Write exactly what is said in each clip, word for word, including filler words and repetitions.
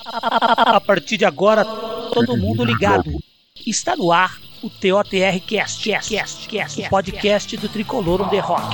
A partir de agora, todo mundo ligado. Está no ar o T O T R Cast, Cast, Cast, Cast, o podcast do Tricolor on the Rock.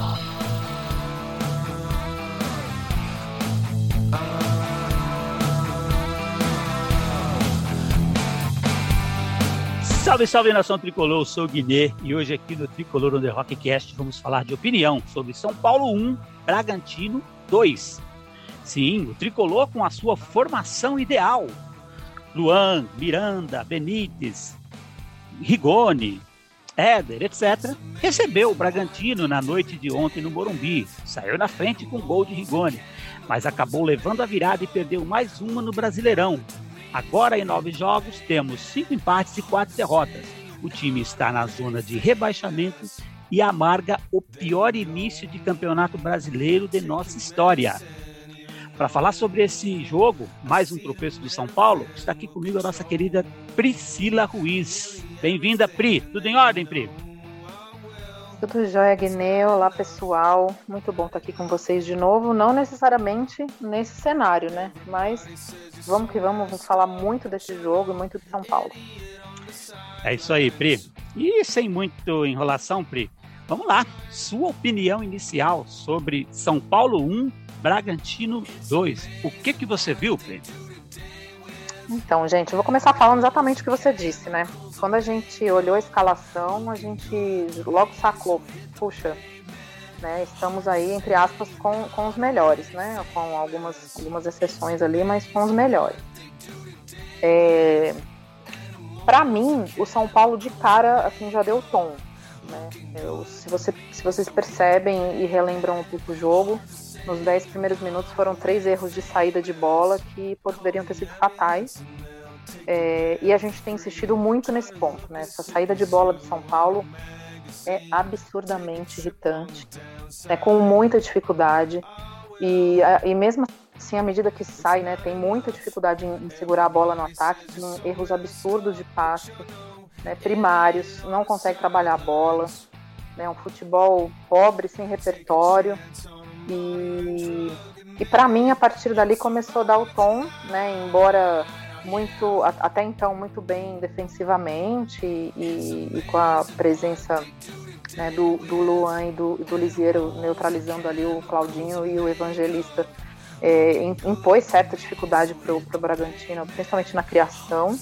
Salve, salve, nação tricolor, eu sou o Guinê e hoje aqui no Tricolor on the Rock Cast vamos falar de opinião sobre São Paulo um, Bragantino dois. Sim, o tricolor com a sua formação ideal. Luan, Miranda, Benítez, Rigoni, Éder, etcétera, recebeu o Bragantino na noite de ontem no Morumbi. Saiu na frente com gol de Rigoni, mas acabou levando a virada e perdeu mais uma no Brasileirão. Agora, em nove jogos, temos cinco empates e quatro derrotas. O time está na zona de rebaixamento e amarga o pior início de campeonato brasileiro de nossa história. Para falar sobre esse jogo, mais um tropeço do São Paulo, está aqui comigo a nossa querida Priscila Ruiz. Bem-vinda, Pri. Tudo em ordem, Pri? Tudo jóia, Guinê. Olá, pessoal. Muito bom estar aqui com vocês de novo. Não necessariamente nesse cenário, né? Mas vamos que vamos, vamos falar muito desse jogo e muito de São Paulo. É isso aí, Pri. E sem muito enrolação, Pri, vamos lá. Sua opinião inicial sobre São Paulo um, Bragantino dois. O que que você viu, Pri? Então, gente, eu vou começar falando exatamente o que você disse, né? Quando a gente olhou a escalação, a gente logo sacou, puxa, né? Estamos aí, entre aspas, com, com os melhores, né? Com algumas, algumas exceções ali, mas com os melhores. É... Para mim, o São Paulo de cara, assim, já deu tom, né? Eu, se, você, se vocês percebem e relembram um pouco o jogo, nos dez primeiros minutos foram três erros de saída de bola que poderiam ter sido fatais. É, e a gente tem insistido muito nesse ponto, né? Essa saída de bola do São Paulo é absurdamente irritante, né? Com muita dificuldade. E, e mesmo assim, à medida que sai, né, tem muita dificuldade em, em segurar a bola no ataque, tem erros absurdos de passe, né, primários, não consegue trabalhar a bola, né? Um futebol pobre, sem repertório. E, e para mim, a partir dali começou a dar o tom, né? Embora muito, até então muito bem defensivamente e, e com a presença, né, do, do Luan e do, do Lisieiro neutralizando ali o Claudinho e o Evangelista, é, impôs certa dificuldade para o Bragantino, principalmente na criação.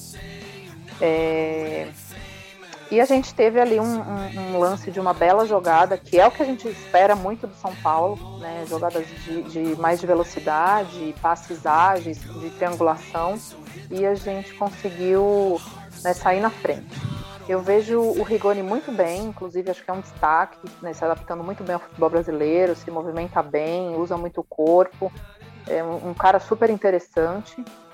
É, E a gente teve ali um, um, um lance de uma bela jogada, que é o que a gente espera muito do São Paulo, né? Jogadas de, de mais de velocidade, passes ágeis, de triangulação, e a gente conseguiu, né, sair na frente. Eu vejo o Rigoni muito bem, inclusive acho que é um destaque, né, se adaptando muito bem ao futebol brasileiro, se movimenta bem, usa muito o corpo, é um, um cara super interessante.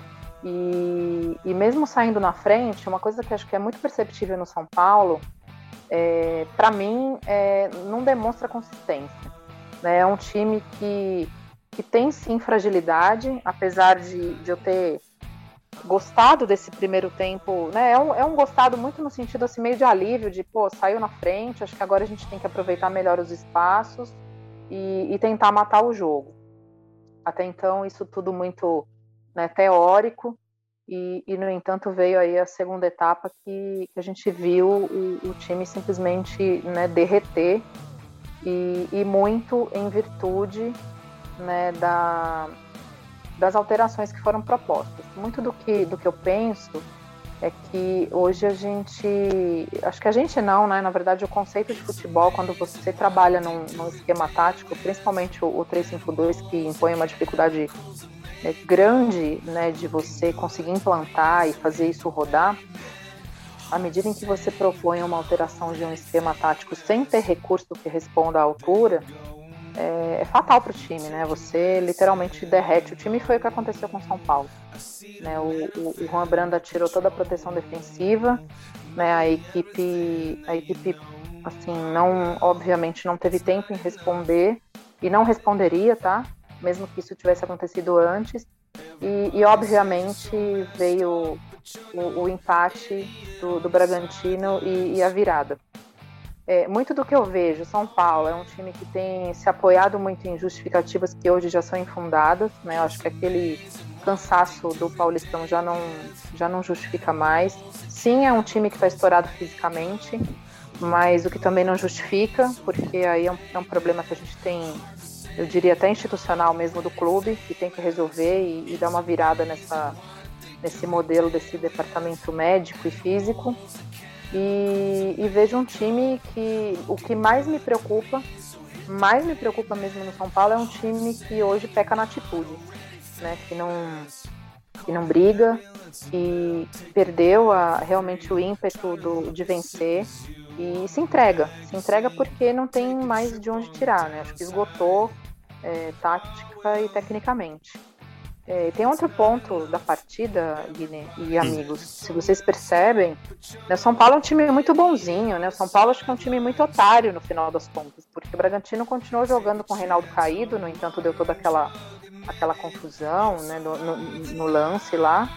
E, e mesmo saindo na frente, uma coisa que acho que é muito perceptível no São Paulo, é, para mim, é, não demonstra consistência, né? É um time que, que tem sim fragilidade, apesar de, de eu ter gostado desse primeiro tempo, né? É um, é um gostado muito no sentido assim, meio de alívio, de pô, saiu na frente, acho que agora a gente tem que aproveitar melhor os espaços e, e tentar matar o jogo. Até então, isso tudo muito, né, teórico, e, e no entanto veio aí a segunda etapa que, que a gente viu o, o time simplesmente, né, derreter e, e muito em virtude, né, da, das alterações que foram propostas. Muito do que, do que eu penso é que hoje a gente, acho que a gente não, né, na verdade o conceito de futebol, quando você trabalha num, num esquema tático, principalmente o, o três cinco dois, que impõe uma dificuldade é, grande, né, de você conseguir implantar e fazer isso rodar, à medida em que você propõe uma alteração de um esquema tático sem ter recurso que responda à altura, é, é fatal para o time, né? Você literalmente derrete o time, e foi o que aconteceu com o São Paulo, né? O, o, o Juan Branda tirou toda a proteção defensiva, né? A equipe, a equipe, assim, não, obviamente não teve tempo em responder e não responderia, tá? Mesmo que isso tivesse acontecido antes. E, e obviamente veio o, o empate do, do Bragantino e, e a virada. É, muito do que eu vejo, São Paulo é um time que tem se apoiado muito em justificativas que hoje já são infundadas, né? Eu acho que aquele cansaço do Paulistão já não, já não justifica mais. Sim, é um time que está estourado fisicamente, mas o que também não justifica, porque aí é um, é um problema que a gente tem, eu diria até institucional mesmo do clube, que tem que resolver e, e dar uma virada nessa, nesse modelo desse departamento médico e físico. E, e vejo um time que o que mais me preocupa, mais me preocupa mesmo no São Paulo, é um time que hoje peca na atitude, né? Que não, que não briga, que perdeu a, realmente o ímpeto do, de vencer e se entrega. Se entrega porque não tem mais de onde tirar, né? Acho que esgotou é, tática e tecnicamente. É, tem outro ponto da partida, Guilherme e amigos, se vocês percebem, né, o São Paulo é um time muito bonzinho, né? O São Paulo acho que é um time muito otário no final das contas, porque o Bragantino continuou jogando com o Reinaldo caído, no entanto deu toda aquela, aquela confusão, né, no, no, no lance lá,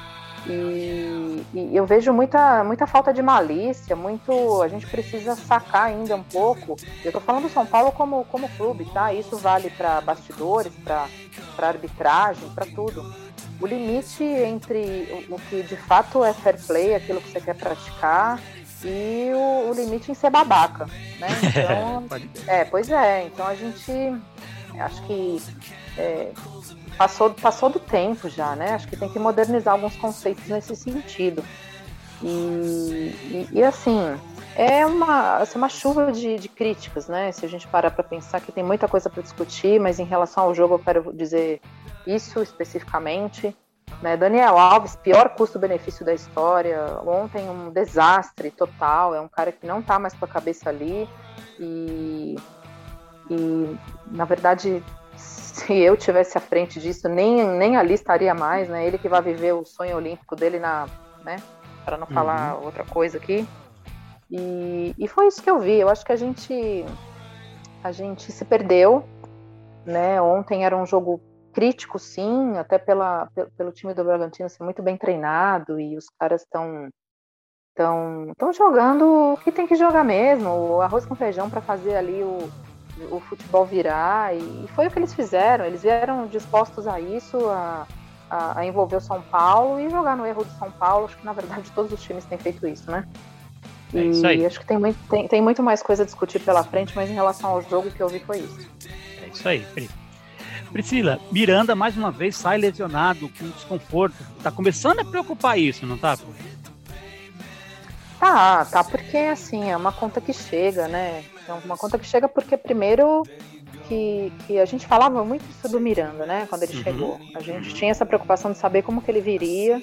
e, e eu vejo muita, muita falta de malícia, muito, a gente precisa sacar ainda um pouco. Eu tô falando do São Paulo como, como clube, tá? Isso vale para bastidores, para para arbitragem, para tudo. O limite entre o, o que de fato é fair play, aquilo que você quer praticar, e o, o limite em ser babaca, né? Então, é, pois é. Então a gente, acho que é, passou, passou do tempo já, né? Acho que tem que modernizar alguns conceitos nesse sentido. E, e, e assim, é uma, assim, uma chuva de, de críticas, né? Se a gente parar para pensar que tem muita coisa para discutir, mas em relação ao jogo eu quero dizer isso especificamente, né? Daniel Alves, pior custo-benefício da história, ontem um desastre total, é um cara que não tá mais com a cabeça ali e, e na verdade, se eu tivesse à frente disso, nem, nem ali estaria mais, né? Ele que vai viver o sonho olímpico dele na, né? Para não falar uhum. outra coisa aqui. E, e foi isso que eu vi. Eu acho que a gente a gente se perdeu, né? Ontem era um jogo crítico, sim, até pela, pelo time do Bragantino ser muito bem treinado e os caras estão estão estão jogando o que tem que jogar mesmo, o arroz com feijão para fazer ali o, o futebol virar, e, e foi o que eles fizeram. Eles vieram dispostos a isso, a, a, a envolver o São Paulo e jogar no erro do São Paulo. Acho que na verdade todos os times têm feito isso, né? E é isso aí. Acho que tem muito, tem, tem muito mais coisa a discutir pela frente, mas em relação ao jogo, o que eu vi foi isso. É isso aí, Pri. Priscila, Miranda mais uma vez sai lesionado, com desconforto. Tá começando a preocupar isso, não tá? Tá, tá, porque assim, é uma conta que chega, né? É uma conta que chega porque primeiro que, que a gente falava muito isso do Miranda, né? Quando ele uhum. chegou. A gente tinha essa preocupação de saber como que ele viria.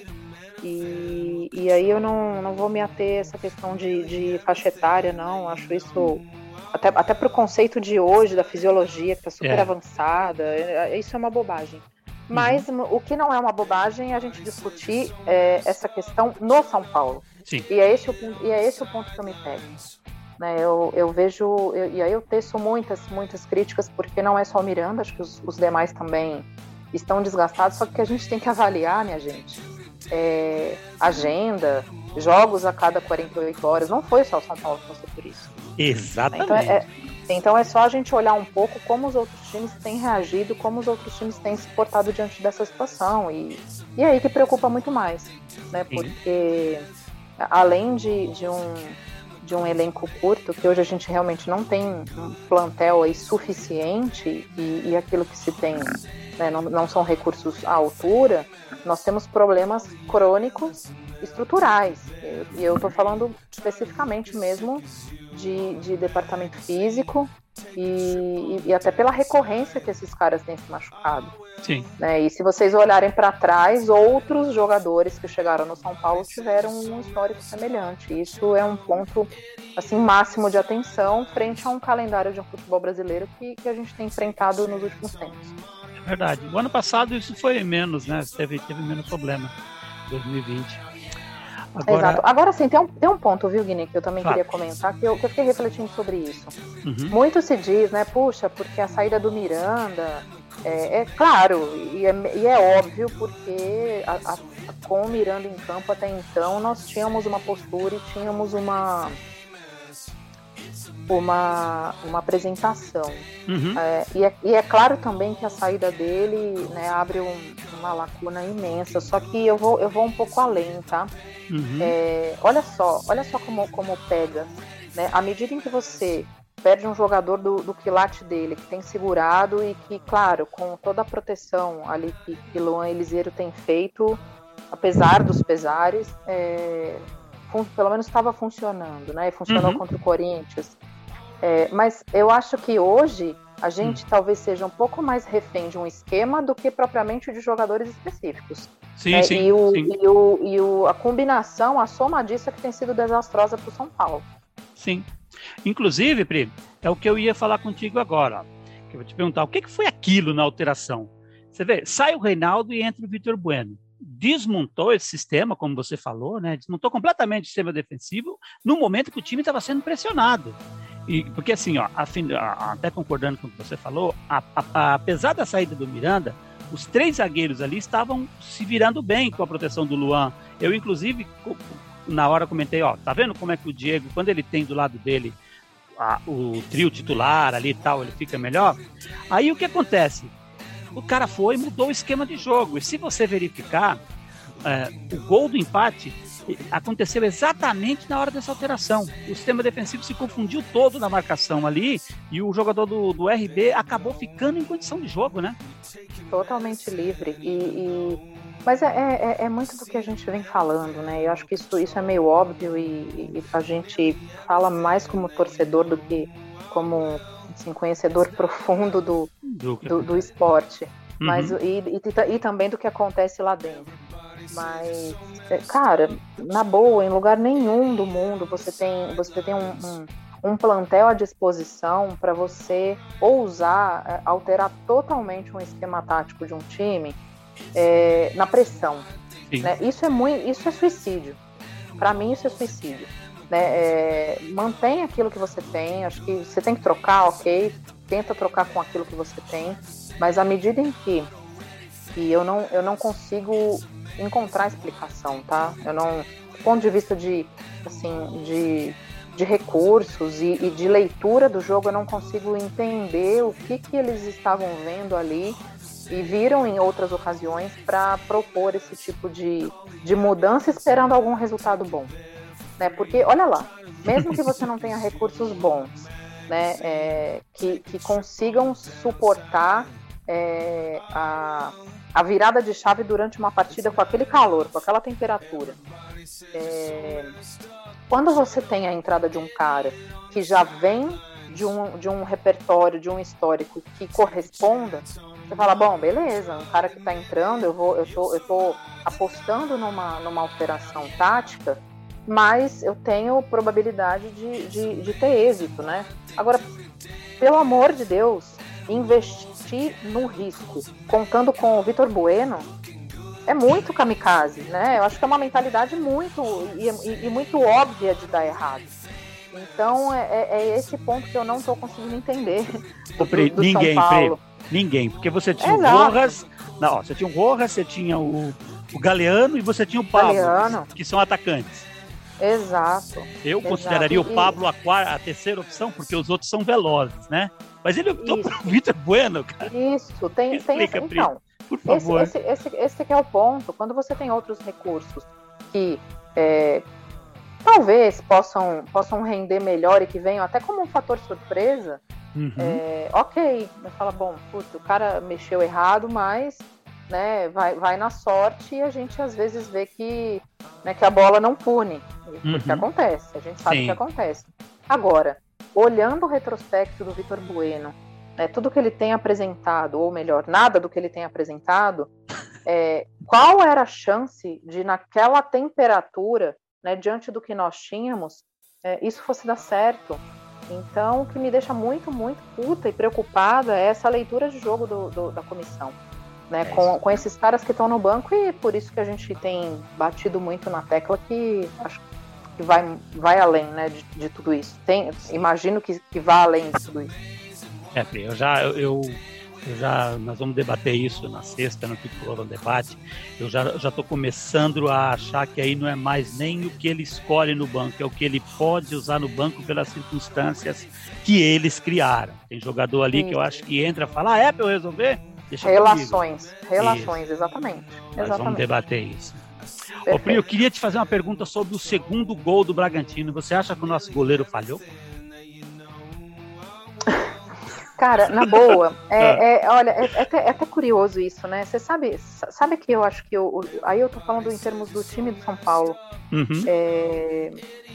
E, e aí eu não, não vou me ater a essa questão de, de faixa etária, não. Acho isso, até, até pro conceito de hoje, da fisiologia, que tá super é. avançada, isso é uma bobagem. Mas uhum. o que não é uma bobagem é a gente discutir é, essa questão no São Paulo. Sim. E, é esse o, e é esse o ponto que eu me pego. Né, eu, eu vejo, eu, e aí eu teço muitas, muitas críticas, porque não é só o Miranda, acho que os, os demais também estão desgastados, só que a gente tem que avaliar, minha gente. É, agenda, jogos a cada quarenta e oito horas, não foi só o São Paulo que passou por isso. Exatamente. Então é, então é só a gente olhar um pouco como os outros times têm reagido, como os outros times têm se portado diante dessa situação, e, e aí que preocupa muito mais, né? Porque além de, de, um, de um elenco curto, que hoje a gente realmente não tem um plantel aí suficiente, e, e aquilo que se tem, né, não, não são recursos à altura, nós temos problemas crônicos estruturais. E eu estou falando especificamente mesmo de, de departamento físico e, e até pela recorrência que esses caras têm se machucado. Sim. Né? E se vocês olharem para trás, outros jogadores que chegaram no São Paulo tiveram um histórico semelhante. Isso é um ponto assim, máximo de atenção frente a um calendário de um futebol brasileiro que, que a gente tem enfrentado nos últimos tempos. Verdade. O ano passado isso foi menos, né? Teve, teve menos problema. dois mil e vinte. Agora... Exato. Agora sim, tem um, tem um ponto, viu, Guilherme, que eu também claro. queria comentar, que eu, que eu fiquei refletindo sobre isso. Uhum. Muito se diz, né? Puxa, porque a saída do Miranda é, é claro, e é, e é óbvio, porque a, a, com o Miranda em campo até então, nós tínhamos uma postura e tínhamos uma. uma, uma apresentação. Uhum. É, e, é, e é claro também que a saída dele, né, abre um, uma lacuna imensa, só que eu vou, eu vou um pouco além, tá? Uhum. É, olha só, olha só como, como pega, né? À medida em que você perde um jogador do, do quilate dele, que tem segurado e que, claro, com toda a proteção ali que, que Luan Eliseiro tem feito, apesar dos pesares, é, fun, pelo menos estava funcionando, né? E funcionou Uhum. contra o Corinthians. É, mas eu acho que hoje a gente uhum. talvez seja um pouco mais refém de um esquema do que propriamente de jogadores específicos. Sim, né? sim, e o, sim. E, o, e o, a combinação, a soma disso é que tem sido desastrosa para o São Paulo. Sim. Inclusive, Pri, é o que eu ia falar contigo agora. Ó, que eu vou te perguntar, o que, que foi aquilo na alteração? Você vê, sai o Reinaldo e entra o Vitor Bueno. Desmontou esse sistema, como você falou, né? Desmontou completamente o sistema defensivo no momento que o time estava sendo pressionado. E, porque assim, ó, a, a, até concordando com o que você falou, a, a, apesar da saída do Miranda, os três zagueiros ali estavam se virando bem com a proteção do Luan. Eu, inclusive, na hora comentei, ó, tá vendo como é que o Diego, quando ele tem do lado dele a, o trio titular ali e tal, ele fica melhor? Aí o que acontece? O cara foi e mudou o esquema de jogo. E se você verificar, é, o gol do empate aconteceu exatamente na hora dessa alteração. O sistema defensivo se confundiu todo na marcação ali e o jogador do, do R B acabou ficando em condição de jogo, né? Totalmente livre. E, e... Mas é, é, é muito do que a gente vem falando, né? Eu acho que isso, isso é meio óbvio e, e a gente fala mais como torcedor do que como assim, conhecedor profundo do, do, do, do esporte. Uhum. Mas, e, e, e também do que acontece lá dentro. Mas, cara, na boa, em lugar nenhum do mundo você tem, você tem um, um, um plantel à disposição para você ousar alterar totalmente um esquema tático de um time é, na pressão. Né? Isso é muito, isso é suicídio. Para mim, isso é suicídio. Né? É, mantém aquilo que você tem. Acho que você tem que trocar, ok. Tenta trocar com aquilo que você tem. Mas à medida em que, que eu, não, eu não consigo encontrar explicação, tá? Eu não, do ponto de vista de, assim, de, de recursos e, e de leitura do jogo, eu não consigo entender o que, que eles estavam vendo ali e viram em outras ocasiões para propor esse tipo de, de mudança esperando algum resultado bom, né? Porque, olha lá, mesmo que você não tenha recursos bons, né, é, que, que consigam suportar é, a a virada de chave durante uma partida com aquele calor, com aquela temperatura. É... Quando você tem a entrada de um cara que já vem de um, de um repertório, de um histórico que corresponda, você fala, bom, beleza, um cara que está entrando, eu vou, eu tô, eu tô apostando numa, numa alteração tática, mas eu tenho probabilidade de, de, de ter êxito, né? Agora, pelo amor de Deus, investir no risco, contando com o Vitor Bueno, é muito kamikaze, né? Eu acho que é uma mentalidade muito e, e, e muito óbvia de dar errado. Então é, é esse ponto que eu não estou conseguindo entender do, Pri, do ninguém, São Paulo. Pri, ninguém, porque você tinha Exato. o Rojas, não, ó, você tinha o Rojas, você tinha o, o Galeano e você tinha o Pablo, Galeano. que, que são atacantes. Exato. Eu Exato. consideraria e... o Pablo a, quarta, a terceira opção, porque os outros são velozes, né? Mas ele optou por Vitor Bueno, cara. Isso, tem, Explica, tem então, por favor. Esse, esse, esse, esse que é o ponto. Quando você tem outros recursos que é, talvez possam, possam render melhor e que venham até como um fator surpresa, uhum. é, ok, você fala, bom, putz, o cara mexeu errado, mas né, vai, vai na sorte e a gente às vezes vê que, né, que a bola não pune, porque uhum. acontece, a gente sabe Sim. que acontece. Agora, olhando o retrospecto do Vitor Bueno, né, tudo que ele tem apresentado, ou melhor, nada do que ele tem apresentado, é, qual era a chance de naquela temperatura, né, diante do que nós tínhamos, é, isso fosse dar certo? Então, o que me deixa muito, muito puta e preocupada é essa leitura de jogo do, do, da comissão. Né, é com, com esses caras que estão no banco, e por isso que a gente tem batido muito na tecla que acho que vai, vai além, né, de, de tudo isso. Tem, imagino que, que vá além de tudo isso. É, eu já eu, eu Eu já, nós vamos debater isso na sexta, no Tricolor no Debate. Eu já estou começando a achar que aí não é mais nem o que ele escolhe no banco, é o que ele pode usar no banco pelas circunstâncias que eles criaram. Tem jogador ali isso. que eu acho que entra e fala, ah, é para eu resolver? Deixa relações, comigo. relações, isso. exatamente. Nós exatamente. vamos debater isso. Ô, Pri, eu queria te fazer uma pergunta sobre o segundo gol do Bragantino. Você acha que o nosso goleiro falhou? Cara, na boa, é, é, olha, é, é, até, é até curioso isso, né? Você sabe, sabe que eu acho que eu, aí eu tô falando em termos do time do São Paulo. Uhum. É,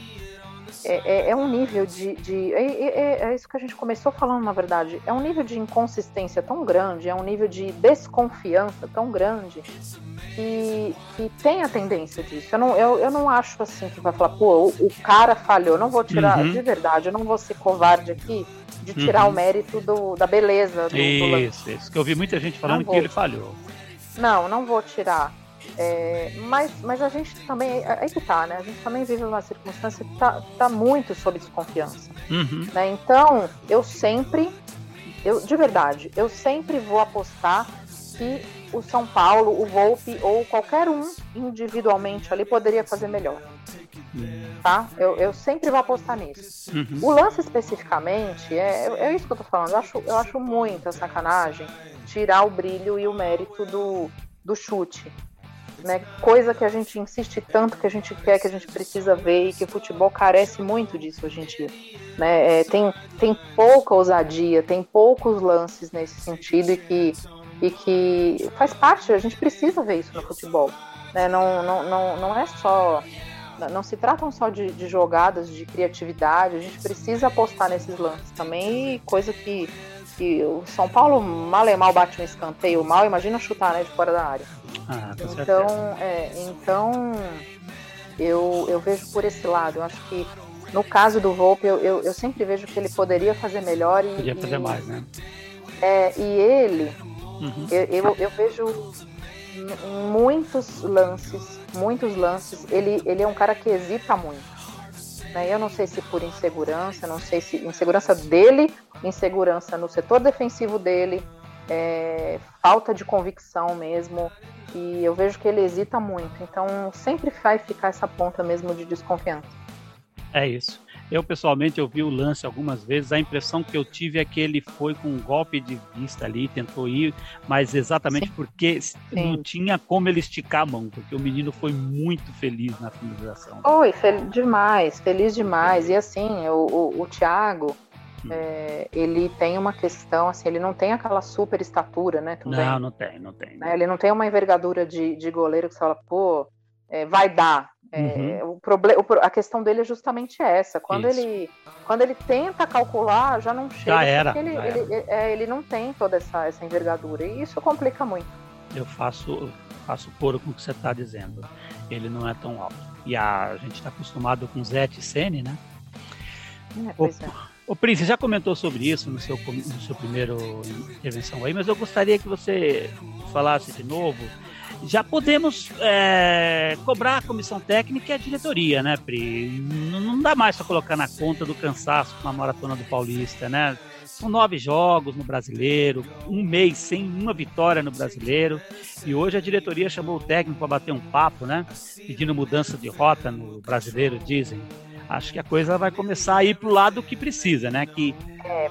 é, é um nível de, de é, é, é isso que a gente começou falando, na verdade. É um nível de inconsistência tão grande, é um nível de desconfiança tão grande que, que tem a tendência disso. Eu não, eu, eu não acho assim que vai falar, pô, o, o cara falhou. Eu não vou tirar, uhum. de verdade, eu não vou ser covarde aqui de tirar uhum. o mérito do, da beleza do, isso, do isso, que eu vi muita gente falando que ele falhou. Não, não vou tirar. É, mas, mas a gente também, aí que tá, né? A gente também vive uma circunstância que tá, tá muito sob desconfiança. Uhum. Né? Então, eu sempre, eu, de verdade, eu sempre vou apostar que o São Paulo, o Volpi ou qualquer um individualmente ali poderia fazer melhor. Tá? Eu, eu sempre vou apostar nisso. Uhum. O lance especificamente, é, é isso que eu tô falando, eu acho, eu acho muita sacanagem tirar o brilho e o mérito do, do chute. Né? Coisa que a gente insiste tanto, que a gente quer, que a gente precisa ver e que o futebol carece muito disso hoje em dia. Né? É, tem, tem pouca ousadia, tem poucos lances nesse sentido e que, e que faz parte, a gente precisa ver isso no futebol. Né? Não, não, não, não é só... Não se tratam só de, de jogadas, de criatividade, a gente precisa apostar nesses lances também, coisa que, que o São Paulo mal e mal bate um escanteio mal, imagina chutar, né, de fora da área. Ah, então, é, então eu, eu vejo por esse lado. Eu acho que no caso do Volpi, eu, eu, eu sempre vejo que ele poderia fazer melhor. E, podia fazer e, mais, né? É, e ele, uhum. eu, eu, eu vejo muitos lances, muitos lances, ele, ele é um cara que hesita muito. Né? Eu não sei se por insegurança, não sei se insegurança dele, insegurança no setor defensivo dele, é, falta de convicção mesmo, e eu vejo que ele hesita muito, então sempre vai ficar essa ponta mesmo de desconfiança. É isso. Eu, pessoalmente, eu vi o lance algumas vezes, a impressão que eu tive é que ele foi com um golpe de vista ali, tentou ir, mas exatamente Sim. porque Sim. não tinha como ele esticar a mão, porque o menino foi muito feliz na finalização. Foi, fel- demais, feliz demais, e assim, o, o, o Thiago, hum. é, ele tem uma questão, assim, ele não tem aquela super estatura, né, também. Não, não tem, não tem. Né? Ele não tem uma envergadura de, de goleiro que você fala, pô, é, vai dar. É, uhum. o problema, a questão dele é justamente essa. Quando ele, quando ele tenta calcular, já não chega. Já era. Ele, já ele, era. É, ele não tem toda essa, essa envergadura. E isso complica muito. Eu faço, faço coro com o que você está dizendo. Ele não é tão alto. E a, a gente está acostumado com Zé e Sene, né? É, pois o, é. o Pri, você já comentou sobre isso no seu, no seu primeiro intervenção aí, mas eu gostaria que você falasse de novo. Já podemos é, cobrar a comissão técnica e a diretoria, né, Pri? Não, não dá mais para colocar na conta do cansaço com a maratona do Paulista, né? São nove jogos no Brasileiro, um mês sem uma vitória no Brasileiro, e hoje a diretoria chamou o técnico para bater um papo, né? Pedindo mudança de rota no Brasileiro, dizem. Acho que a coisa vai começar a ir para o lado que precisa, né? Que... É,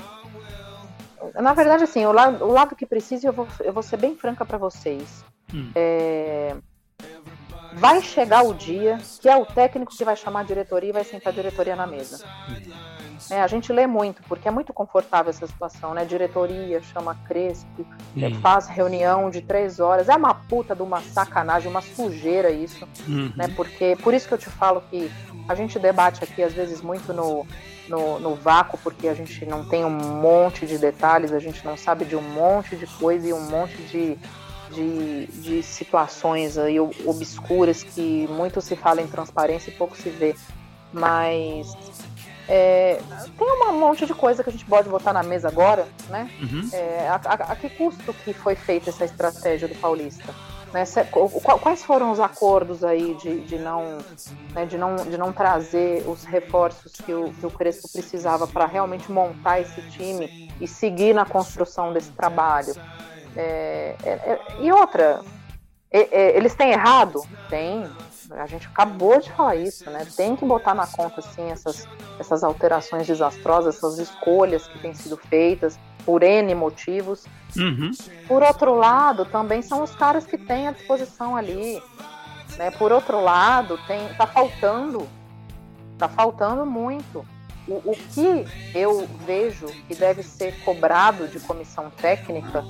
na verdade, assim, o lado, o lado que precisa, eu vou, eu vou ser bem franca para vocês. Hum. É, vai chegar o dia que é o técnico que vai chamar a diretoria e vai sentar a diretoria na mesa. Hum. É, a gente lê muito, porque é muito confortável essa situação, né? Diretoria chama Crespo, hum. faz reunião de três horas, é uma puta de uma sacanagem, uma sujeira isso, uhum. né? Porque, por isso que eu te falo que a gente debate aqui, às vezes, muito no, no, no vácuo, porque a gente não tem um monte de detalhes, a gente não sabe de um monte de coisa e um monte de De, de situações aí obscuras que muito se fala em transparência e pouco se vê, mas é, tem um monte de coisa que a gente pode botar na mesa agora, né? Uhum. É, a, a, a que custo que foi feita essa estratégia do Paulista? Né, se, quais foram os acordos aí de, de, não, né, de, não, de não trazer os reforços que o, que o Crespo precisava para realmente montar esse time e seguir na construção desse trabalho? É, é, é, e outra, é, é, eles têm errado? Tem. A gente acabou de falar isso, né? Tem que botar na conta, assim, essas, essas alterações desastrosas, essas escolhas que têm sido feitas por N motivos. Uhum. Por outro lado, também são os caras que têm à disposição ali, né? Por outro lado, tem, tá faltando, tá faltando muito. O, o que eu vejo que deve ser cobrado de comissão técnica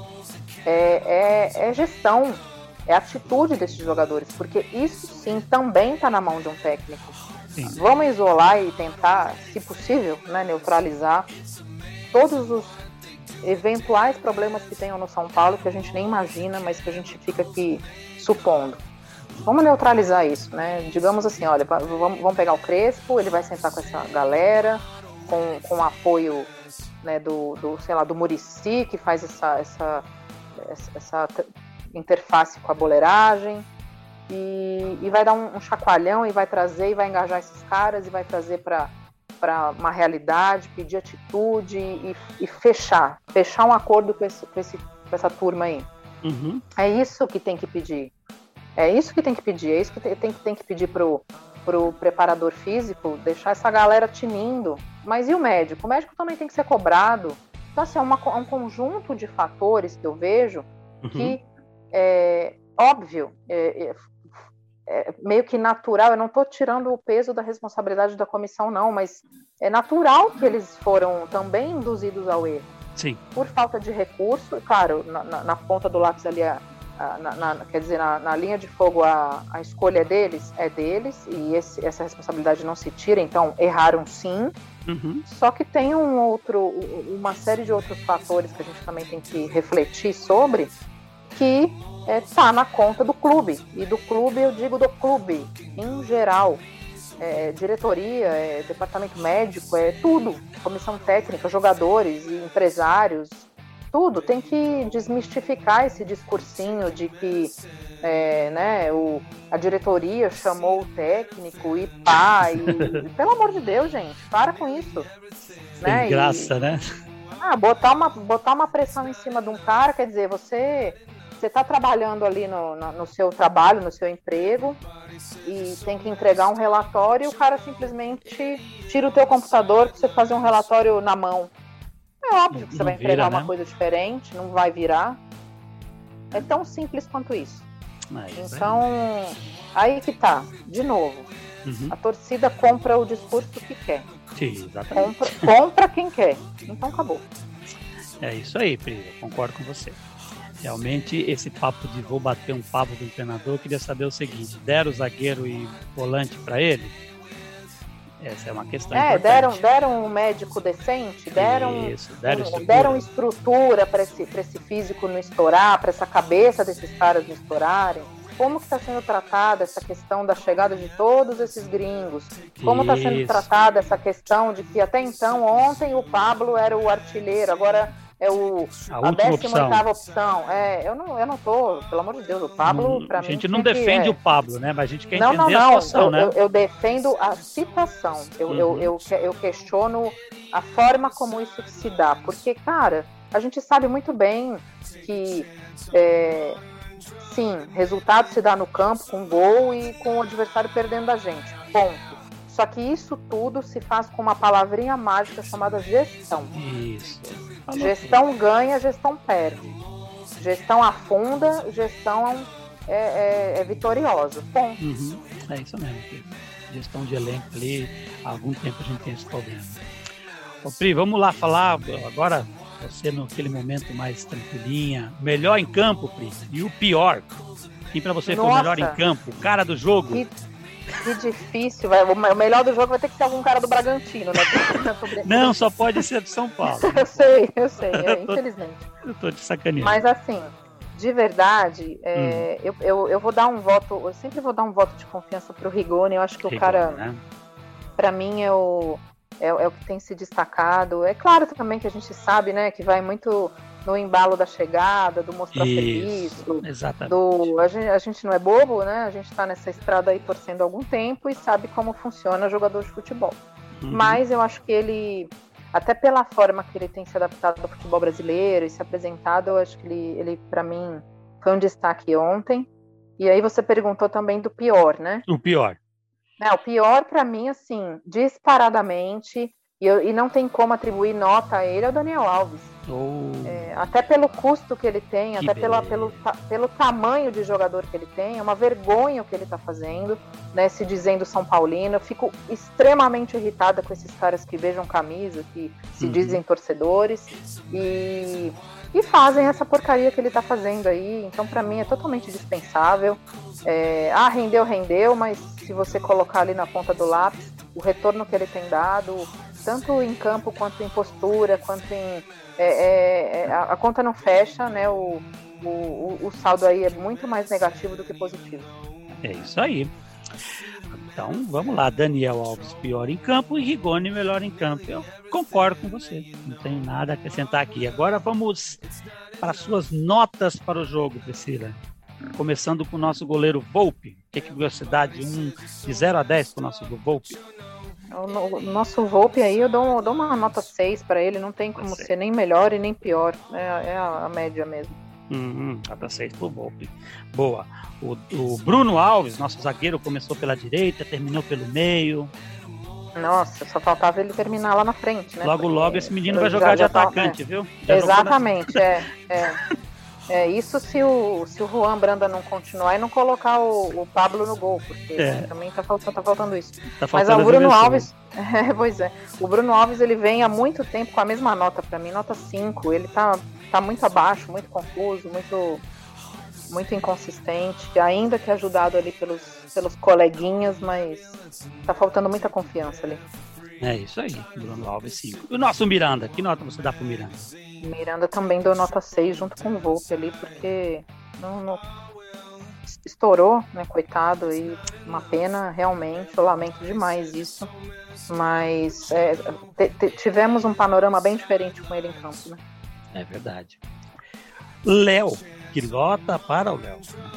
é, é, é gestão, é a atitude desses jogadores, porque isso sim também está na mão de um técnico. Sim. Vamos isolar e tentar, se possível, né, neutralizar todos os eventuais problemas que tenham no São Paulo, que a gente nem imagina, mas que a gente fica aqui supondo. Vamos neutralizar isso, né? Digamos assim, olha, vamos, vamos pegar o Crespo, ele vai sentar com essa galera, com, com o apoio, né, do, do, sei lá, do Muricy, que faz essa, essa, essa, essa interface com a boleiragem, e, e vai dar um, um chacoalhão, e vai trazer, e vai engajar esses caras, e vai trazer para para uma realidade, pedir atitude e, e fechar, fechar um acordo com, esse, com, esse, com essa turma aí. Uhum. É isso que tem que pedir. É isso que tem que pedir, é isso que tem, tem, tem que pedir pro, pro preparador físico, deixar essa galera tinindo. Mas e o médico? O médico também tem que ser cobrado. Então, assim, é, uma, é um conjunto de fatores que eu vejo uhum. que, é óbvio, é, é, é meio que natural, eu não estou tirando o peso da responsabilidade da comissão, não, mas é natural que eles foram também induzidos ao erro. Sim. Por falta de recurso, claro, na, na, na ponta do lápis ali, a, a, na, na, quer dizer, na, na linha de fogo, a, a escolha é deles, é deles, e esse, essa responsabilidade não se tira, então erraram sim. Uhum. Só que tem um outro, uma série de outros fatores que a gente também tem que refletir sobre, que está é, na conta do clube, e do clube eu digo do clube em geral, é, diretoria, é, departamento médico, é tudo, comissão técnica, jogadores e empresários, tudo, tem que desmistificar esse discursinho de que é, né, o, a diretoria chamou o técnico e pá, e, pelo amor de Deus, gente, para com isso. Sem né? graça, e, né? Ah, botar uma, botar uma pressão em cima de um cara, quer dizer, você... Você está trabalhando ali no, no, no seu trabalho, no seu emprego, e tem que entregar um relatório e o cara simplesmente tira o teu computador para você fazer um relatório na mão. É óbvio que você não vai entregar vira, uma né? coisa diferente, não vai virar. É tão simples quanto isso. Mas, então, é. aí que tá, de novo, uhum. a torcida compra o discurso que quer. Sim, exatamente. Compra, compra quem quer. Então acabou. É isso aí, Pri, eu concordo com você. Realmente, esse papo de vou bater um papo com o treinador, eu queria saber o seguinte, deram zagueiro e volante para ele? Essa é uma questão é, importante. Deram, deram um médico decente, deram, Isso, deram, um, estrutura. deram estrutura para esse, esse físico não estourar, para essa cabeça desses caras não estourarem. Como que está sendo tratada essa questão da chegada de todos esses gringos? Como está sendo tratada essa questão de que até então, ontem o Pablo era o artilheiro, agora... É o, a, a décima oitava opção. É, eu não, eu não tô, pelo amor de Deus, o Pablo, para mim... A gente não defende é... o Pablo, né? Mas a gente quer não, entender não, não. a situação, eu, né? Eu, eu defendo a situação. Eu, uhum. eu, eu, eu questiono a forma como isso se dá. Porque, cara, a gente sabe muito bem que, é, sim, resultado se dá no campo com gol e com o adversário perdendo da gente. Ponto. Só que isso tudo se faz com uma palavrinha mágica chamada gestão. Isso. Falou gestão tudo. Ganha, gestão perde. Gestão afunda, gestão é, é, é vitoriosa. Ponto. Uhum. É isso mesmo. Gestão de elenco ali, há algum tempo a gente tem esse problema. Ô, Pri, vamos lá falar agora, você naquele momento mais tranquilinha. Melhor em campo, Pri, e o pior. Quem pra você foi o melhor em campo? O cara do jogo? Que... Que difícil, vai. O melhor do jogo vai ter que ser algum cara do Bragantino, né? Não, só pode ser do São Paulo. eu sei, eu sei, é, infelizmente. Eu tô te sacaneando. Mas assim, de verdade, é, hum. eu, eu, eu vou dar um voto, eu sempre vou dar um voto de confiança pro Rigoni. Eu acho que Rigoni, o cara, né? Pra mim, é o, é, é o que tem se destacado. É claro também que a gente sabe, né, que vai muito no embalo da chegada, do mostrar serviço, exatamente. Do, a, gente, a gente não é bobo, né? A gente está nessa estrada aí torcendo há algum tempo e sabe como funciona jogador de futebol. Uhum. Mas eu acho que ele, até pela forma que ele tem se adaptado ao futebol brasileiro e se apresentado, eu acho que ele, ele para mim, foi um destaque ontem. E aí você perguntou também do pior, né? O pior. É, o pior para mim, assim, disparadamente, e, eu, e não tem como atribuir nota a ele, é o Daniel Alves. Oh. É, até pelo custo que ele tem, que até pela, pelo, pelo tamanho de jogador que ele tem, é uma vergonha o que ele está fazendo, né, se dizendo São Paulino. Eu fico extremamente irritada com esses caras que beijam camisa, que se uhum. dizem torcedores e, e fazem essa porcaria que ele está fazendo aí. Então, para mim, é totalmente dispensável. É, ah, rendeu, rendeu, mas se você colocar ali na ponta do lápis, o retorno que ele tem dado, tanto em campo quanto em postura, quanto em... É, é, é, a, a conta não fecha, né? O, o, o saldo aí é muito mais negativo do que positivo. É isso aí. Então, vamos lá. Daniel Alves pior em campo e Rigoni melhor em campo. Eu concordo com você. Não tenho nada a acrescentar aqui. Agora vamos para suas notas para o jogo, Priscila. Começando com o nosso goleiro Volpi. O que, que você dá de, um, de zero a dez para o nosso Volpi? O nosso Volpi aí, eu dou, eu dou uma nota seis para ele. Não tem como ser nem melhor e nem pior. É, é a, a média mesmo. Uhum, nota seis pro Volpi. Boa. O, o Bruno Alves, nosso zagueiro, começou pela direita, terminou pelo meio. Nossa, só faltava ele terminar lá na frente, né? Logo, Porque logo esse menino vai jogar já, de já atacante, tá, é. viu? Já Exatamente, na... é, é. É, isso se o, se o Juan Branda não continuar e não colocar o, o Pablo no gol, porque é. né, também tá faltando, tá faltando isso. Tá Mas o Bruno Alves, é, pois é, o Bruno Alves ele vem há muito tempo com a mesma nota para mim, nota cinco. Ele tá, tá muito abaixo, muito confuso, muito, muito inconsistente, ainda que ajudado ali pelos, pelos coleguinhas, mas tá faltando muita confiança ali. É isso aí, Bruno Alves cinco. E o nosso Miranda, que nota você dá pro Miranda? Miranda também deu nota seis junto com o Volpi ali, porque não, não... estourou, né, coitado, e uma pena realmente, eu lamento demais isso, mas é, t- t- tivemos um panorama bem diferente com ele em campo, né? É verdade. Léo, que nota para o Léo?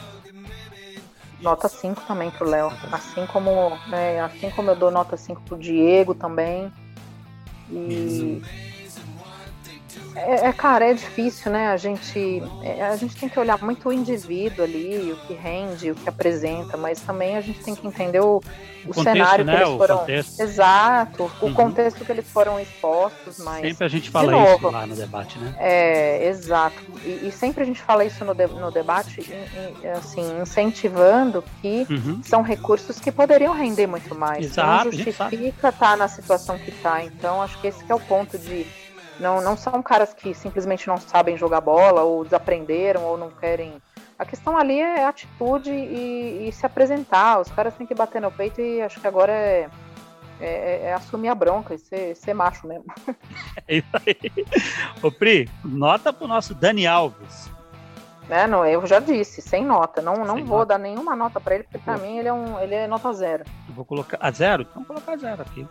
Nota cinco também pro Léo, assim como, né, assim como eu dou nota cinco pro Diego também, e... É, é, cara, é difícil, né? A gente, é, a gente tem que olhar muito o indivíduo ali, o que rende, o que apresenta, mas também a gente tem que entender o, o, o contexto, cenário que né? eles foram. O Exato, o uhum. contexto que eles foram expostos, mas. Sempre a gente fala novo, isso lá no debate, né? É, exato. E, e sempre a gente fala isso no, de, no debate, in, in, assim, incentivando que uhum. são recursos que poderiam render muito mais. Exato, não justifica estar na situação que está. Então, acho que esse que é o ponto de. Não, não são caras que simplesmente não sabem jogar bola ou desaprenderam ou não querem. A questão ali é atitude e, e se apresentar. Os caras têm que bater no peito e acho que agora é, é, é assumir a bronca e ser, ser macho mesmo. É isso aí. Ô Pri, nota pro nosso Dani Alves. É, não, eu já disse, sem nota. Não, não sem vou nota. dar nenhuma nota pra ele, porque pra mim ele é, um, ele é nota zero. Eu vou colocar a zero? Então vou colocar zero aqui.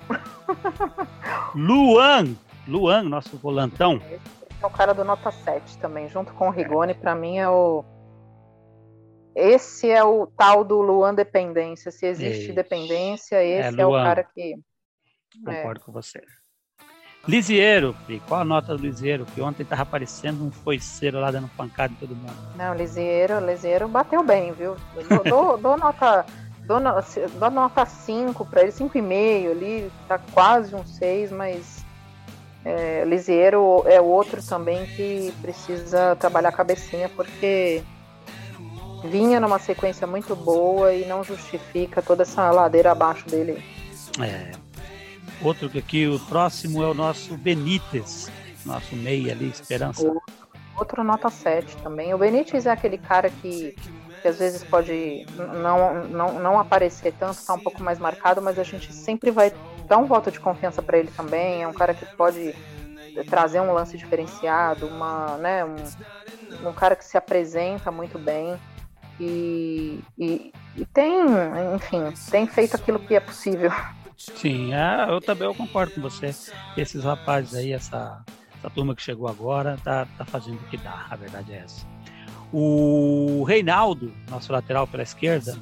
Luan! Luan, nosso volantão. Esse é o cara do nota sete também, junto com o Rigoni, pra mim é o... Esse é o tal do Luan dependência. Se existe Eixe. dependência, esse é, é o cara que... Concordo é. com você. Lisieiro, qual a nota do Lisieiro? Que ontem tava aparecendo um foiceiro lá dando pancada em todo mundo. Não, Lisieiro, Lisieiro bateu bem, viu? Dou, dou, dou nota... Dou, dou nota cinco pra ele, cinco e meio ali, tá quase um seis, mas... É, Lisieiro é o outro também que precisa trabalhar a cabecinha, porque vinha numa sequência muito boa e não justifica toda essa ladeira abaixo dele. É. Outro que aqui, o próximo é o nosso Benítez, nosso meia ali, Esperança. Outro, outro nota sete também. O Benítez é aquele cara que, que às vezes pode não, não, não aparecer tanto, tá um pouco mais marcado, mas a gente sempre vai dar um voto de confiança para ele também. É um cara que pode trazer um lance diferenciado, uma, né, um, um cara que se apresenta muito bem e, e, e tem, enfim, tem feito aquilo que é possível. Sim, é, eu também eu concordo com você. Esses rapazes aí, essa, essa turma que chegou agora tá, tá fazendo o que dá, a verdade é essa. O Reinaldo, nosso lateral pela esquerda.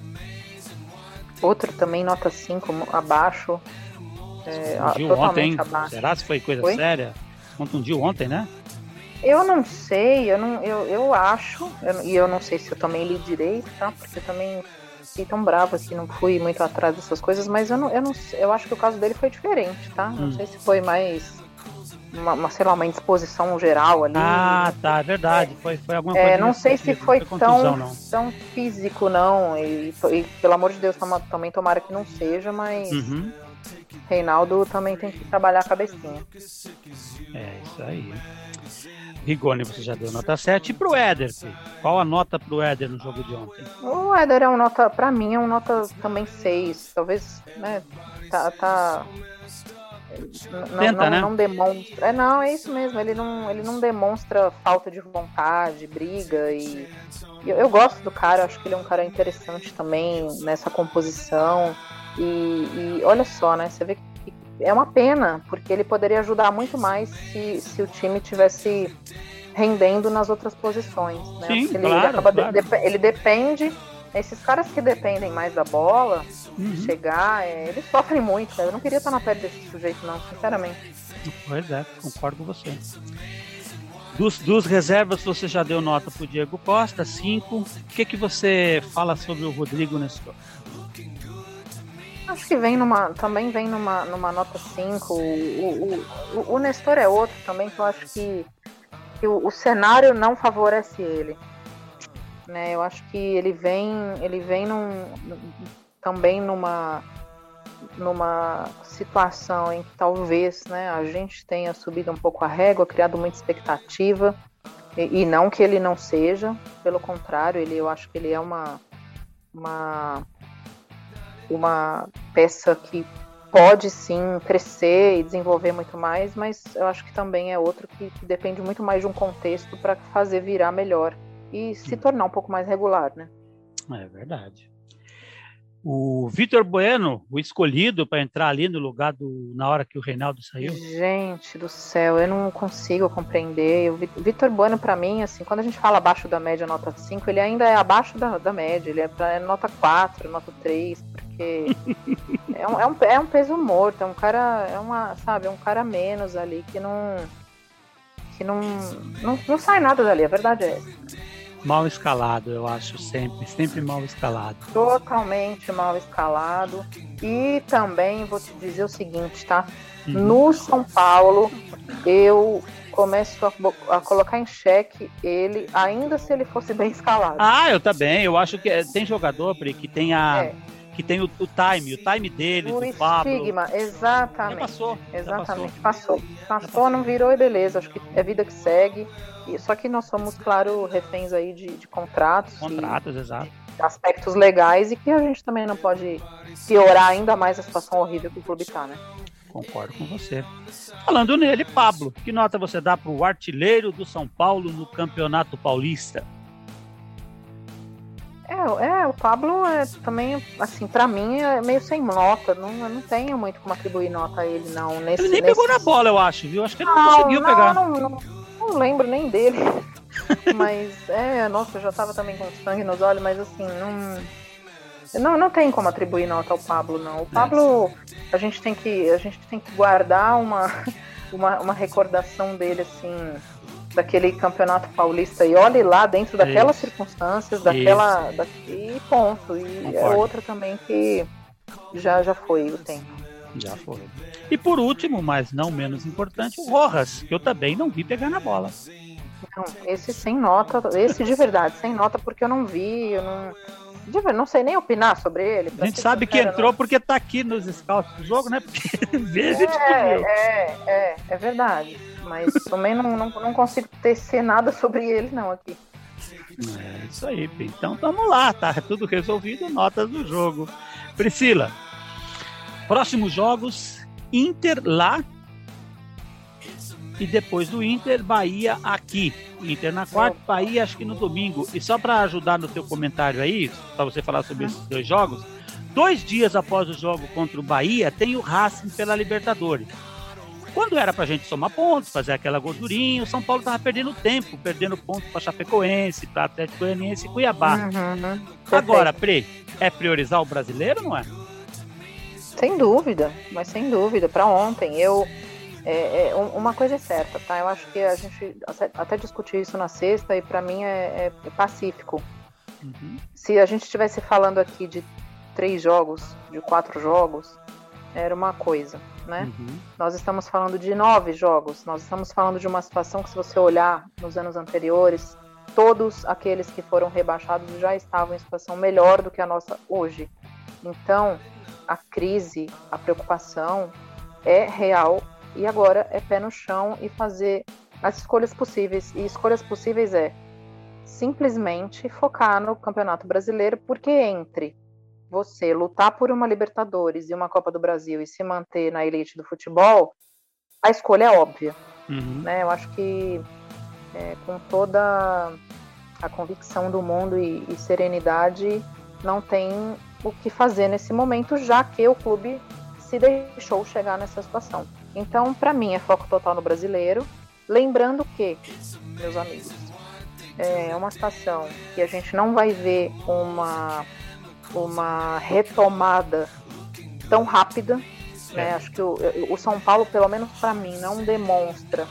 Outro também, nota cinco, abaixo. É, contundiu ontem, abaixo. Será se foi coisa foi? séria? Contundiu ontem, né? Eu não sei, eu, não, eu, eu acho, eu, e eu não sei se eu também li direito, tá? Porque eu também fiquei tão brava que não fui muito atrás dessas coisas, mas eu, não, eu, não, eu acho que o caso dele foi diferente, tá? Hum. Não sei se foi mais... Uma, uma, sei lá, uma indisposição geral ali. Ah, tá, é verdade. É, foi, foi alguma coisa. É, não sei se foi, foi tão, tão físico, não. E, e pelo amor de Deus, toma, também tomara que não seja, mas uhum. Reinaldo também tem que trabalhar a cabecinha. É, isso aí. Rigoni, você já deu nota sete. E pro Éder, qual a nota pro Éder no jogo de ontem? O Éder é um nota, pra mim, é um nota também seis. Talvez, né, tá... tá... Não, Tenta, não, né? não demonstra. É, não, é isso mesmo. Ele não, ele não demonstra falta de vontade, briga. E eu, eu gosto do cara, acho que ele é um cara interessante também nessa composição. E, e olha só, né? Você vê que é uma pena, porque ele poderia ajudar muito mais se, se o time tivesse rendendo nas outras posições. Né? Sim, ele, claro, ele, acaba claro. De, ele depende. Esses caras que dependem mais da bola, uhum. de chegar, é, eles sofrem muito, cara. Eu não queria estar na pele desse sujeito, não, sinceramente. Pois é, concordo com você. Dos, dos reservas, você já deu nota pro Diego Costa, cinco. O que, que você fala sobre o Rodrigo Nestor? Acho que vem numa, também vem numa, numa nota cinco. O, o, o, o Nestor é outro também, que eu acho que, que o, o cenário não favorece ele. Né, eu acho que ele vem, ele vem num, também numa, numa situação em que talvez, né, a gente tenha subido um pouco a régua, criado muita expectativa, e, e não que ele não seja, pelo contrário, ele, eu acho que ele é uma, uma, uma peça que pode sim crescer e desenvolver muito mais, mas eu acho que também é outro que, que depende muito mais de um contexto para fazer virar melhor e se tornar um pouco mais regular, né? É verdade. O Vitor Bueno, o escolhido para entrar ali no lugar do, na hora que o Reinaldo saiu. Gente do céu, eu não consigo compreender. O Vitor Bueno, para mim, assim, quando a gente fala abaixo da média, nota cinco, ele ainda é abaixo da, da média, ele é, pra, é nota quatro, nota três, porque é, um, é, um, é um peso morto, é um cara, é uma, sabe, é um cara menos ali que não que não, não, não sai nada dali, a verdade é essa. Mal escalado, eu acho, sempre, sempre mal escalado. Totalmente mal escalado. E também vou te dizer o seguinte, tá? Uhum. No São Paulo, eu começo a, a colocar em xeque ele, ainda se ele fosse bem escalado. Ah, eu também. Eu acho que tem jogador, Pri, que tem a... É. Que tem o, o time, o time dele, o do Pablo. estigma, exatamente. Já passou. Exatamente, já passou. Passou, passou, não virou e beleza. Acho que é vida que segue. E, só que nós somos, claro, reféns aí de, de contratos. Contratos, e, exato. Aspectos legais e que a gente também não pode piorar ainda mais a situação horrível que o clube tá, né? Concordo com você. Falando nele, Pablo, que nota você dá pro artilheiro do São Paulo no Campeonato Paulista? É, é, o Pablo é também, assim, pra mim é meio sem nota, não, eu não tenho muito como atribuir nota a ele, não. Nesse, ele nem nesse... pegou na bola, eu acho, viu? Acho que ele não, não conseguiu não, pegar. Não, não, não lembro nem dele, mas, é, nossa, eu já tava também com sangue nos olhos, mas assim, não, não, não tem como atribuir nota ao Pablo, não. O Pablo, a gente tem que, a gente tem que guardar uma, uma, uma recordação dele, assim... daquele campeonato paulista e olhe lá dentro daquelas Isso. circunstâncias, daquela da, e ponto. E Concordo. É outra também que já, já foi o tempo. Já foi. E por último, mas não menos importante, o Rojas, que eu também não vi pegar na bola. Não, esse sem nota, esse de verdade, sem nota, porque eu não vi, eu não... Não sei nem opinar sobre ele. A gente sabe que entrou não. porque tá aqui nos scouts do jogo, né? Porque é, é, é, é verdade. Mas também não, não, não consigo tecer nada sobre ele, não, aqui. É isso aí, então vamos lá, tá tudo resolvido, notas do jogo. Priscila, próximos jogos, Inter lá e depois do Inter, Bahia aqui. Inter na quarta, Bahia acho que no domingo. E só para ajudar no teu comentário aí, para você falar sobre esses dois jogos, dois dias após o jogo contra o Bahia, tem o Racing pela Libertadores. Quando era pra gente somar pontos, fazer aquela gordurinha, o São Paulo tava perdendo tempo, perdendo pontos pra Chapecoense, pra Atlético Goianiense e Cuiabá. Uhum, Agora, Pri, é priorizar o brasileiro, não é? Sem dúvida, mas sem dúvida. Para ontem, eu é, é, uma coisa é certa, tá? Eu acho que a gente até discutiu isso na sexta e para mim é, é, é pacífico. Uhum. Se a gente estivesse falando aqui de três jogos, de quatro jogos, era uma coisa, né? Uhum. Nós estamos falando de nove jogos, nós estamos falando de uma situação que, se você olhar nos anos anteriores, todos aqueles que foram rebaixados já estavam em situação melhor do que a nossa hoje. Então, a crise, a preocupação é real e agora é pé no chão e fazer as escolhas possíveis. E escolhas possíveis é simplesmente focar no Campeonato Brasileiro, porque entre você lutar por uma Libertadores e uma Copa do Brasil e se manter na elite do futebol, a escolha é óbvia. Uhum. Né? Eu acho que é, com toda a convicção do mundo e, e serenidade, não tem o que fazer nesse momento, já que o clube se deixou chegar nessa situação. Então, para mim, é foco total no brasileiro. Lembrando que, meus amigos, é uma situação que a gente não vai ver uma, uma retomada tão rápida. Né? Acho que o, o São Paulo, pelo menos para mim, não demonstra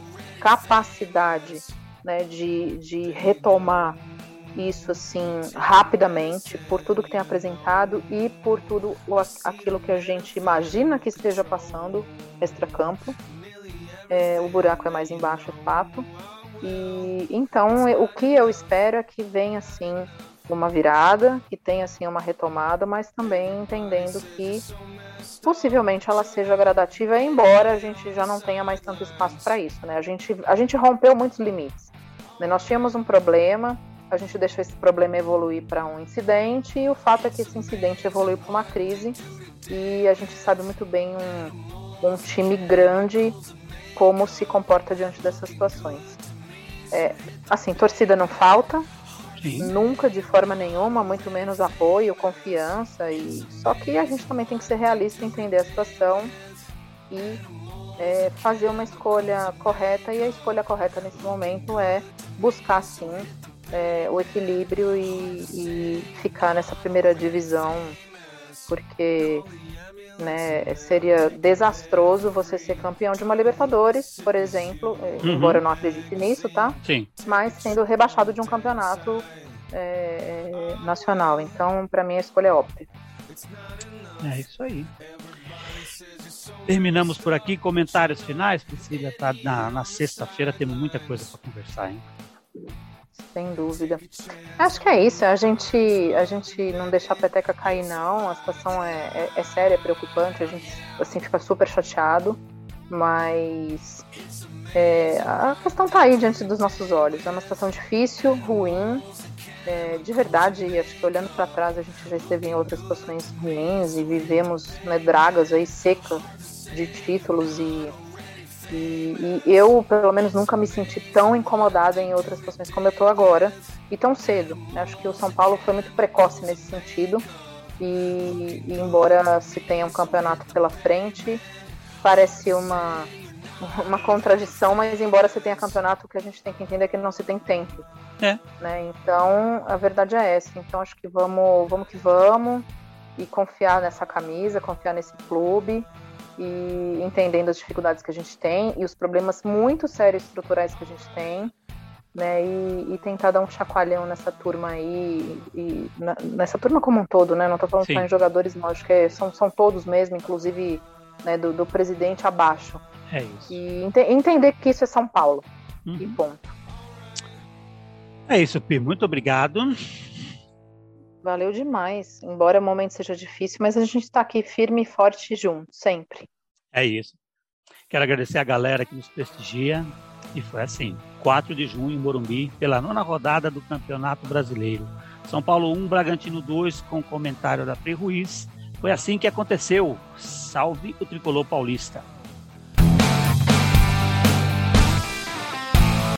capacidade, né, de, de retomar isso assim rapidamente, por tudo que tem apresentado e por tudo aquilo que a gente imagina que esteja passando extracampo. É, o buraco é mais embaixo, é fato. E então o que eu espero é que venha assim uma virada, que tenha assim uma retomada, mas também entendendo que possivelmente ela seja gradativa, embora a gente já não tenha mais tanto espaço para isso, né? A gente, a gente rompeu muitos limites, né? Nós tínhamos um problema, a gente deixou esse problema evoluir para um incidente, e o fato é que esse incidente evoluiu para uma crise, e a gente sabe muito bem um, um time grande como se comporta diante dessas situações. É, assim, torcida não falta, sim, nunca, de forma nenhuma, muito menos apoio, confiança, e só que a gente também tem que ser realista, entender a situação e é, fazer uma escolha correta, e a escolha correta nesse momento é buscar, sim, É, o equilíbrio e, e ficar nessa primeira divisão, porque, né, seria desastroso você ser campeão de uma Libertadores, por exemplo, uhum, embora eu não acredite nisso, tá? Sim. Mas sendo rebaixado de um campeonato é, nacional. Então, para mim, a escolha é óbvia. É isso aí. Terminamos por aqui. Comentários finais, Priscila? Tá na, na sexta-feira temos muita coisa para conversar, hein? Sem dúvida. Acho que é isso, a gente, a gente não deixar a peteca cair, não. A situação é, é, é séria, é preocupante, a gente assim, fica super chateado, mas é, a questão está aí diante dos nossos olhos. É uma situação difícil, ruim, é, de verdade, e acho que olhando para trás a gente já esteve em outras situações ruins e vivemos, né, dragas aí secas de títulos e E, e eu, pelo menos, nunca me senti tão incomodada em outras situações como eu estou agora, e tão cedo. Acho que o São Paulo foi muito precoce nesse sentido, e, e embora se tenha um campeonato pela frente, parece uma, uma contradição, mas embora se tenha campeonato, o que a gente tem que entender é que não se tem tempo. É. Né? Então, a verdade é essa. Então, acho que vamos, vamos que vamos, e confiar nessa camisa, confiar nesse clube, e entendendo as dificuldades que a gente tem e os problemas muito sérios estruturais que a gente tem, né, e, e tentar dar um chacoalhão nessa turma aí, e, na, nessa turma como um todo, né, não tô falando Sim. só em jogadores, não, acho que é, são, são todos mesmo, inclusive, né, do, do presidente abaixo. É isso. E ente, entender que isso é São Paulo, uhum. E ponto. É isso, Pi, muito obrigado. Valeu demais, embora o momento seja difícil, mas a gente está aqui firme e forte junto, sempre. É isso. Quero agradecer a galera que nos prestigia, e foi assim, quatro de junho em Morumbi, pela nona rodada do Campeonato Brasileiro. São Paulo um, Bragantino dois, com comentário da Pri Ruiz. Foi assim que aconteceu. Salve o Tricolor Paulista.